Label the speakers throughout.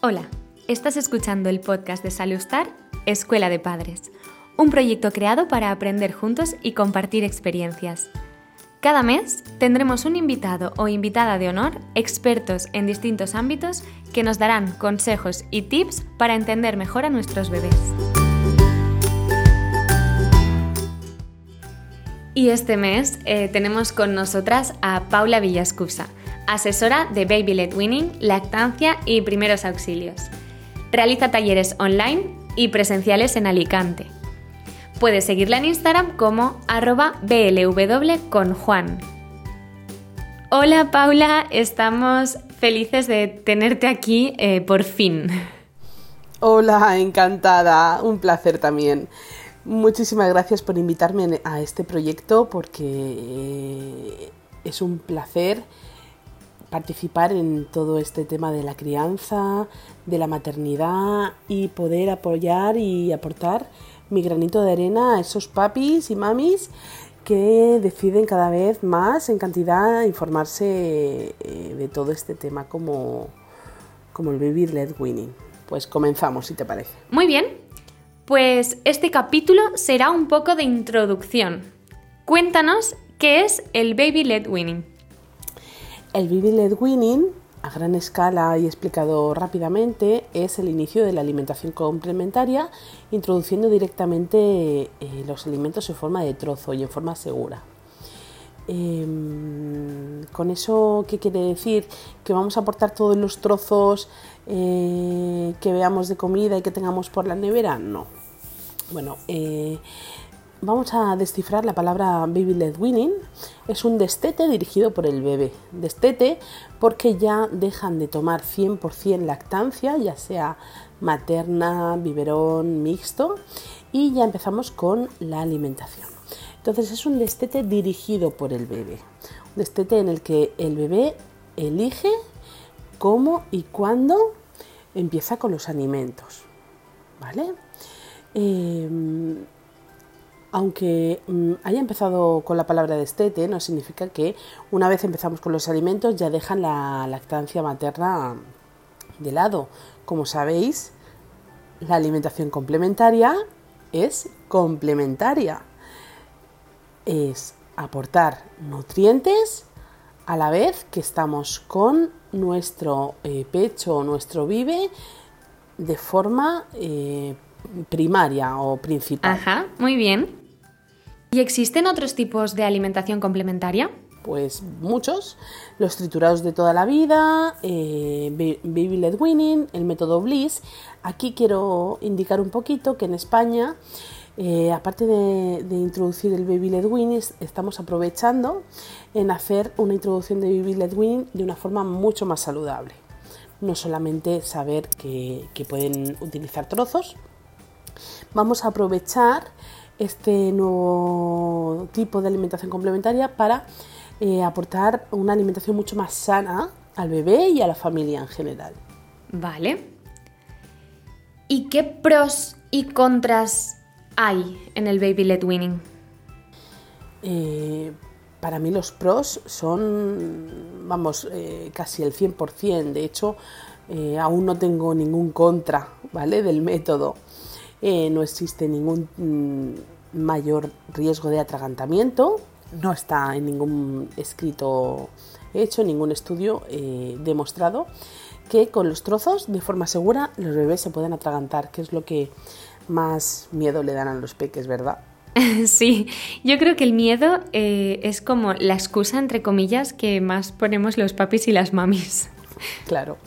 Speaker 1: Hola, estás escuchando el podcast de Salustar, Escuela de Padres, un proyecto creado para aprender juntos y compartir experiencias. Cada mes tendremos un invitado o invitada de honor, expertos en distintos ámbitos, que nos darán consejos y tips para entender mejor a nuestros bebés. Y este mes tenemos con nosotras a Paula Villascusa, asesora de Baby Led Weaning, lactancia y primeros auxilios. Realiza talleres online y presenciales en Alicante. Puedes seguirla en Instagram como @blw_conjuan. Hola Paula, estamos felices de tenerte aquí por fin.
Speaker 2: Hola, encantada, un placer también. Muchísimas gracias por invitarme a este proyecto porque es un placer participar en todo este tema de la crianza, de la maternidad y poder apoyar y aportar mi granito de arena a esos papis y mamis que deciden cada vez más en cantidad informarse de todo este tema como el Baby Led Weaning. Pues comenzamos, si te parece.
Speaker 1: Muy bien. Pues este capítulo será un poco de introducción. Cuéntanos qué es el Baby Led Weaning.
Speaker 2: El Baby Led Weaning, a gran escala y explicado rápidamente, es el inicio de la alimentación complementaria, introduciendo directamente los alimentos en forma de trozo y en forma segura. ¿Con eso qué quiere decir? ¿Que vamos a aportar todos los trozos que veamos de comida y que tengamos por la nevera? No. Bueno, vamos a descifrar la palabra Baby Led Weaning. Es un destete dirigido por el bebé. Destete porque ya dejan de tomar 100% lactancia, ya sea materna, biberón, mixto, y ya empezamos con la alimentación. Entonces es un destete dirigido por el bebé. Un destete en el que el bebé elige cómo y cuándo empieza con los alimentos, ¿vale? Aunque haya empezado con la palabra destete, no significa que una vez empezamos con los alimentos ya dejan la lactancia materna de lado. Como sabéis, la alimentación complementaria es complementaria. Es aportar nutrientes a la vez que estamos con nuestro pecho o nuestro bibe de forma primaria o principal.
Speaker 1: Ajá, muy bien. ¿Y existen otros tipos de alimentación complementaria?
Speaker 2: Pues muchos, los triturados de toda la vida, Baby Led Weaning, el método Bliss. Aquí quiero indicar un poquito que en España, aparte de introducir el Baby Led Weaning, estamos aprovechando en hacer una introducción de Baby Led Weaning de una forma mucho más saludable. No solamente saber que pueden utilizar trozos, vamos a aprovechar este nuevo tipo de alimentación complementaria para aportar una alimentación mucho más sana al bebé y a la familia en general.
Speaker 1: Vale. ¿Y qué pros y contras hay en el Baby Led Weaning?
Speaker 2: Para mí los pros son, casi el 100%. De hecho, aún no tengo ningún contra, ¿vale?, del método. No existe ningún mayor riesgo de atragantamiento. No está en ningún escrito hecho, ningún estudio demostrado que con los trozos, de forma segura, los bebés se pueden atragantar, que es lo que más miedo le dan a los peques, ¿verdad?
Speaker 1: Sí, yo creo que el miedo es como la excusa, entre comillas, que más ponemos los papis y las mamis.
Speaker 2: Claro.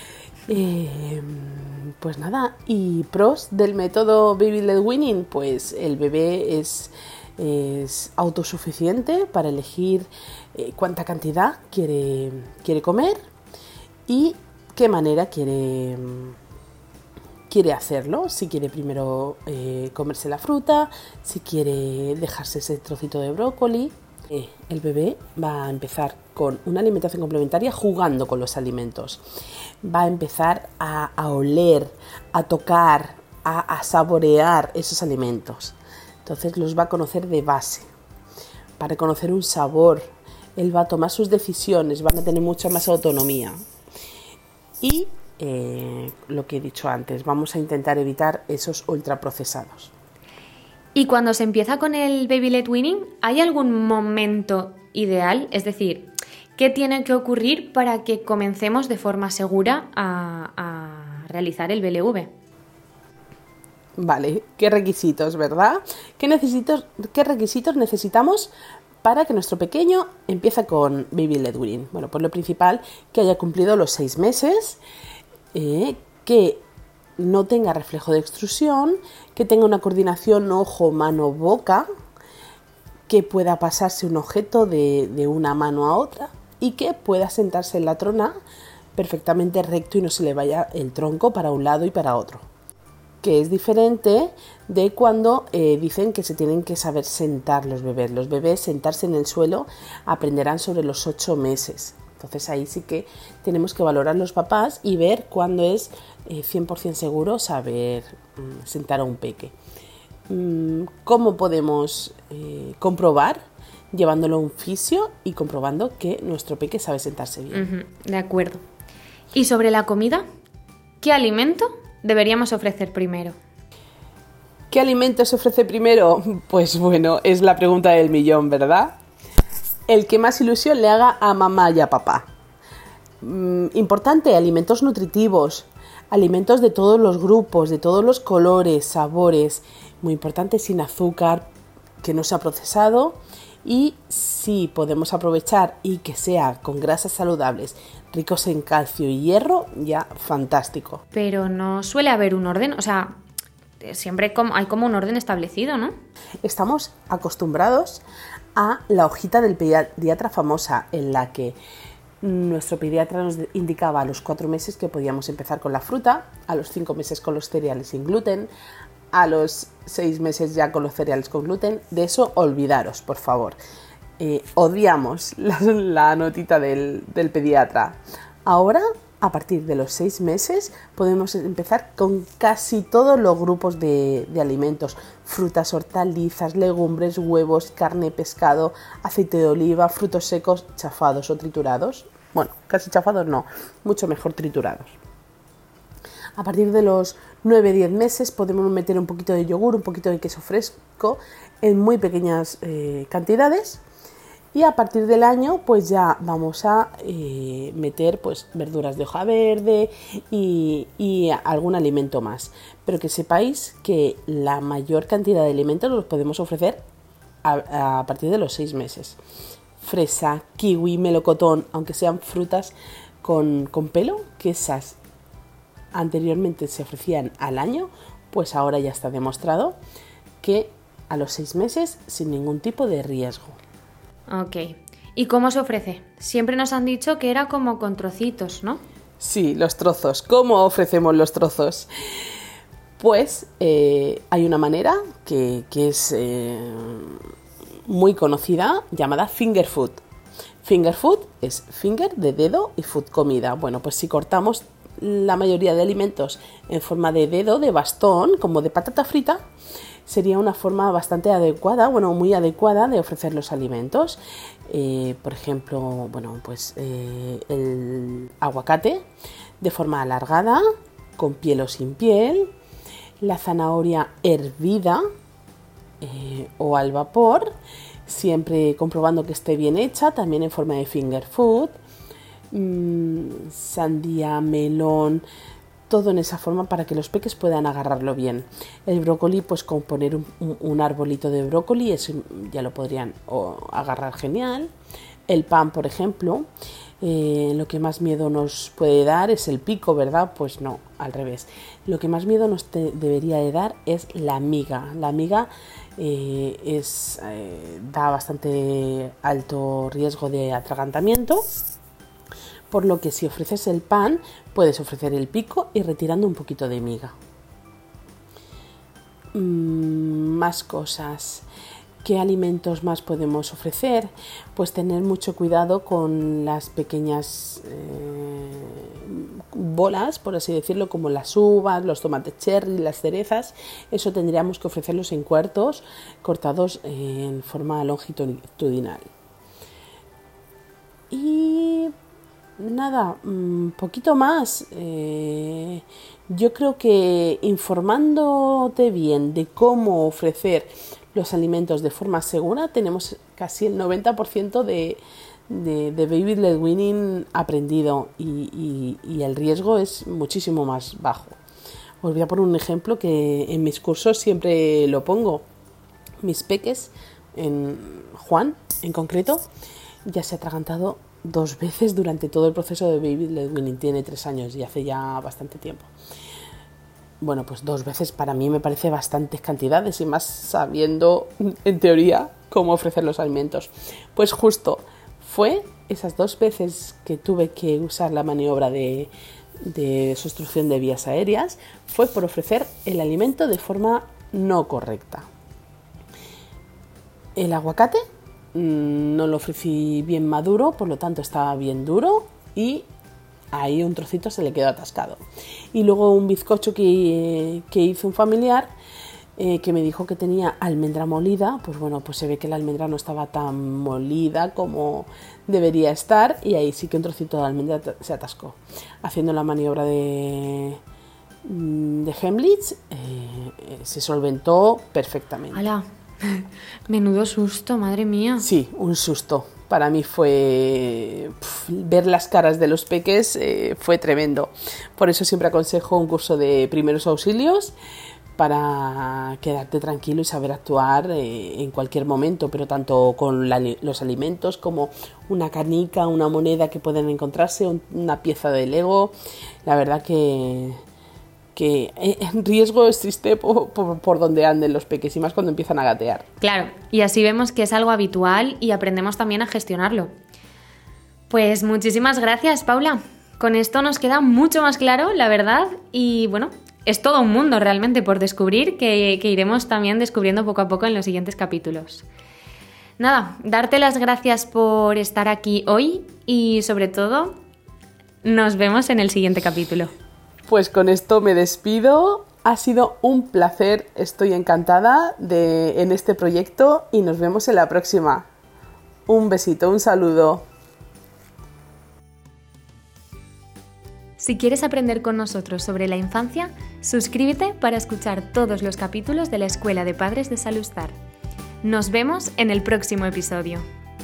Speaker 2: Pues nada, y pros del método Baby Led Weaning, pues el bebé es autosuficiente para elegir cuánta cantidad quiere comer y qué manera quiere hacerlo. Si quiere primero comerse la fruta, si quiere dejarse ese trocito de brócoli. El bebé va a empezar con una alimentación complementaria jugando con los alimentos. Va a empezar a oler, a tocar, a saborear esos alimentos. Entonces los va a conocer de base, para conocer un sabor. Él va a tomar sus decisiones, van a tener mucha más autonomía. Y lo que he dicho antes, vamos a intentar evitar esos ultraprocesados.
Speaker 1: Y cuando se empieza con el baby led weaning, ¿hay algún momento ideal? Es decir, ¿qué tiene que ocurrir para que comencemos de forma segura a realizar el BLV?
Speaker 2: Vale, ¿qué requisitos, verdad? ¿Qué requisitos necesitamos para que nuestro pequeño empiece con baby led weaning? Bueno, pues lo principal, que haya cumplido los 6 meses, que no tenga reflejo de extrusión, que tenga una coordinación ojo, mano, boca, que pueda pasarse un objeto de una mano a otra y que pueda sentarse en la trona perfectamente recto y no se le vaya el tronco para un lado y para otro. Que es diferente de cuando dicen que se tienen que saber sentar los bebés. Los bebés sentarse en el suelo aprenderán sobre los 8 meses. Entonces ahí sí que tenemos que valorar los papás y ver cuándo es 100% seguro saber sentar a un peque. ¿Cómo podemos comprobar? Llevándolo a un fisio y comprobando que nuestro peque sabe sentarse bien.
Speaker 1: De acuerdo. ¿Y sobre la comida? ¿Qué alimento deberíamos ofrecer primero?
Speaker 2: ¿Qué alimento se ofrece primero? Pues bueno, es la pregunta del millón, ¿verdad? El que más ilusión le haga a mamá y a papá. Importante, alimentos nutritivos, alimentos de todos los grupos, de todos los colores, sabores. Muy importante, sin azúcar, que no sea procesado. Y si podemos aprovechar y que sea con grasas saludables, ricos en calcio y hierro, ya fantástico.
Speaker 1: Pero no suele haber un orden, o sea, siempre hay como un orden establecido, ¿no?
Speaker 2: Estamos acostumbrados a la hojita del pediatra famosa, en la que nuestro pediatra nos indicaba a los 4 meses que podíamos empezar con la fruta, a los 5 meses con los cereales sin gluten, a los 6 meses ya con los cereales con gluten. De eso olvidaros, por favor. Odiamos la notita del pediatra. Ahora, a partir de los 6 meses, podemos empezar con casi todos los grupos de alimentos. Frutas, hortalizas, legumbres, huevos, carne, pescado, aceite de oliva, frutos secos, chafados o triturados. Bueno, casi chafados no, mucho mejor triturados. A partir de los 9-10 meses podemos meter un poquito de yogur, un poquito de queso fresco en muy pequeñas cantidades. Y a partir del año pues ya vamos a meter pues verduras de hoja verde y algún alimento más. Pero que sepáis que la mayor cantidad de alimentos los podemos ofrecer a partir de los 6 meses. Fresa, kiwi, melocotón, aunque sean frutas con pelo, que esas anteriormente se ofrecían al año, pues ahora ya está demostrado que a los 6 meses sin ningún tipo de riesgo.
Speaker 1: Ok. ¿Y cómo se ofrece? Siempre nos han dicho que era como con trocitos, ¿no?
Speaker 2: Sí, los trozos. ¿Cómo ofrecemos los trozos? Pues hay una manera que es muy conocida, llamada finger food. Finger food es finger de dedo y food comida. Bueno, pues si cortamos la mayoría de alimentos en forma de dedo, de bastón, como de patata frita, sería una forma bastante adecuada, bueno, muy adecuada de ofrecer los alimentos. Por ejemplo, bueno, pues el aguacate de forma alargada, con piel o sin piel, la zanahoria hervida o al vapor, siempre comprobando que esté bien hecha, también en forma de finger food, sandía, melón, todo en esa forma para que los peques puedan agarrarlo bien. El brócoli, pues con poner un arbolito de brócoli, eso ya lo podrían agarrar genial. El pan, por ejemplo, lo que más miedo nos puede dar es el pico, ¿verdad? Pues no, al revés. Lo que más miedo nos debería de dar es la miga. La miga da bastante alto riesgo de atragantamiento, por lo que si ofreces el pan, puedes ofrecer el pico y retirando un poquito de miga. Más cosas. ¿Qué alimentos más podemos ofrecer? Pues tener mucho cuidado con las pequeñas bolas, por así decirlo, como las uvas, los tomates cherry, las cerezas. Eso tendríamos que ofrecerlos en cuartos, cortados en forma longitudinal. Y nada, poquito más. Yo creo que informándote bien de cómo ofrecer los alimentos de forma segura, tenemos casi el 90% de baby led weaning aprendido y el riesgo es muchísimo más bajo. Os voy a poner un ejemplo que en mis cursos siempre lo pongo. Mis peques, Juan en concreto, ya se ha atragantado 2 veces durante todo el proceso de baby led weaning. Tiene 3 años y hace ya bastante tiempo. Bueno, pues 2 veces para mí me parece bastantes cantidades y más sabiendo en teoría cómo ofrecer los alimentos. Pues justo fue esas 2 veces que tuve que usar la maniobra de sustracción de vías aéreas, fue por ofrecer el alimento de forma no correcta. El aguacate no lo ofrecí bien maduro, por lo tanto estaba bien duro y ahí un trocito se le quedó atascado. Y luego un bizcocho que hizo un familiar que me dijo que tenía almendra molida, pues bueno, pues se ve que la almendra no estaba tan molida como debería estar y ahí sí que un trocito de almendra se atascó. Haciendo la maniobra de Heimlich se solventó perfectamente.
Speaker 1: ¡Hala! Menudo susto, madre mía.
Speaker 2: Sí, un susto. Para mí fue ver las caras de los peques fue tremendo. Por eso siempre aconsejo un curso de primeros auxilios para quedarte tranquilo y saber actuar en cualquier momento, pero tanto con los alimentos como una canica, una moneda que pueden encontrarse, una pieza de Lego. La verdad que en riesgo existe por donde anden los peques y más cuando empiezan a gatear.
Speaker 1: Claro, y así vemos que es algo habitual y aprendemos también a gestionarlo. Pues muchísimas gracias, Paula. Con esto nos queda mucho más claro, la verdad, y bueno, es todo un mundo realmente por descubrir que iremos también descubriendo poco a poco en los siguientes capítulos. Nada, darte las gracias por estar aquí hoy y sobre todo nos vemos en el siguiente capítulo.
Speaker 2: Pues con esto me despido. Ha sido un placer, estoy encantada en este proyecto y nos vemos en la próxima. Un besito, un saludo.
Speaker 1: Si quieres aprender con nosotros sobre la infancia, suscríbete para escuchar todos los capítulos de la Escuela de Padres de Salustar. Nos vemos en el próximo episodio.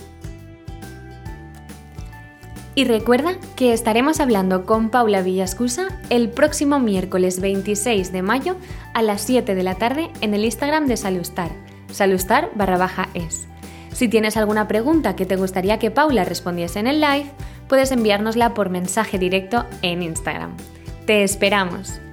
Speaker 1: Y recuerda que estaremos hablando con Paula Villascusa el próximo miércoles 26 de mayo a las 7 de la tarde en el Instagram de Salustar, salustar_es. Si tienes alguna pregunta que te gustaría que Paula respondiese en el live, puedes enviárnosla por mensaje directo en Instagram. ¡Te esperamos!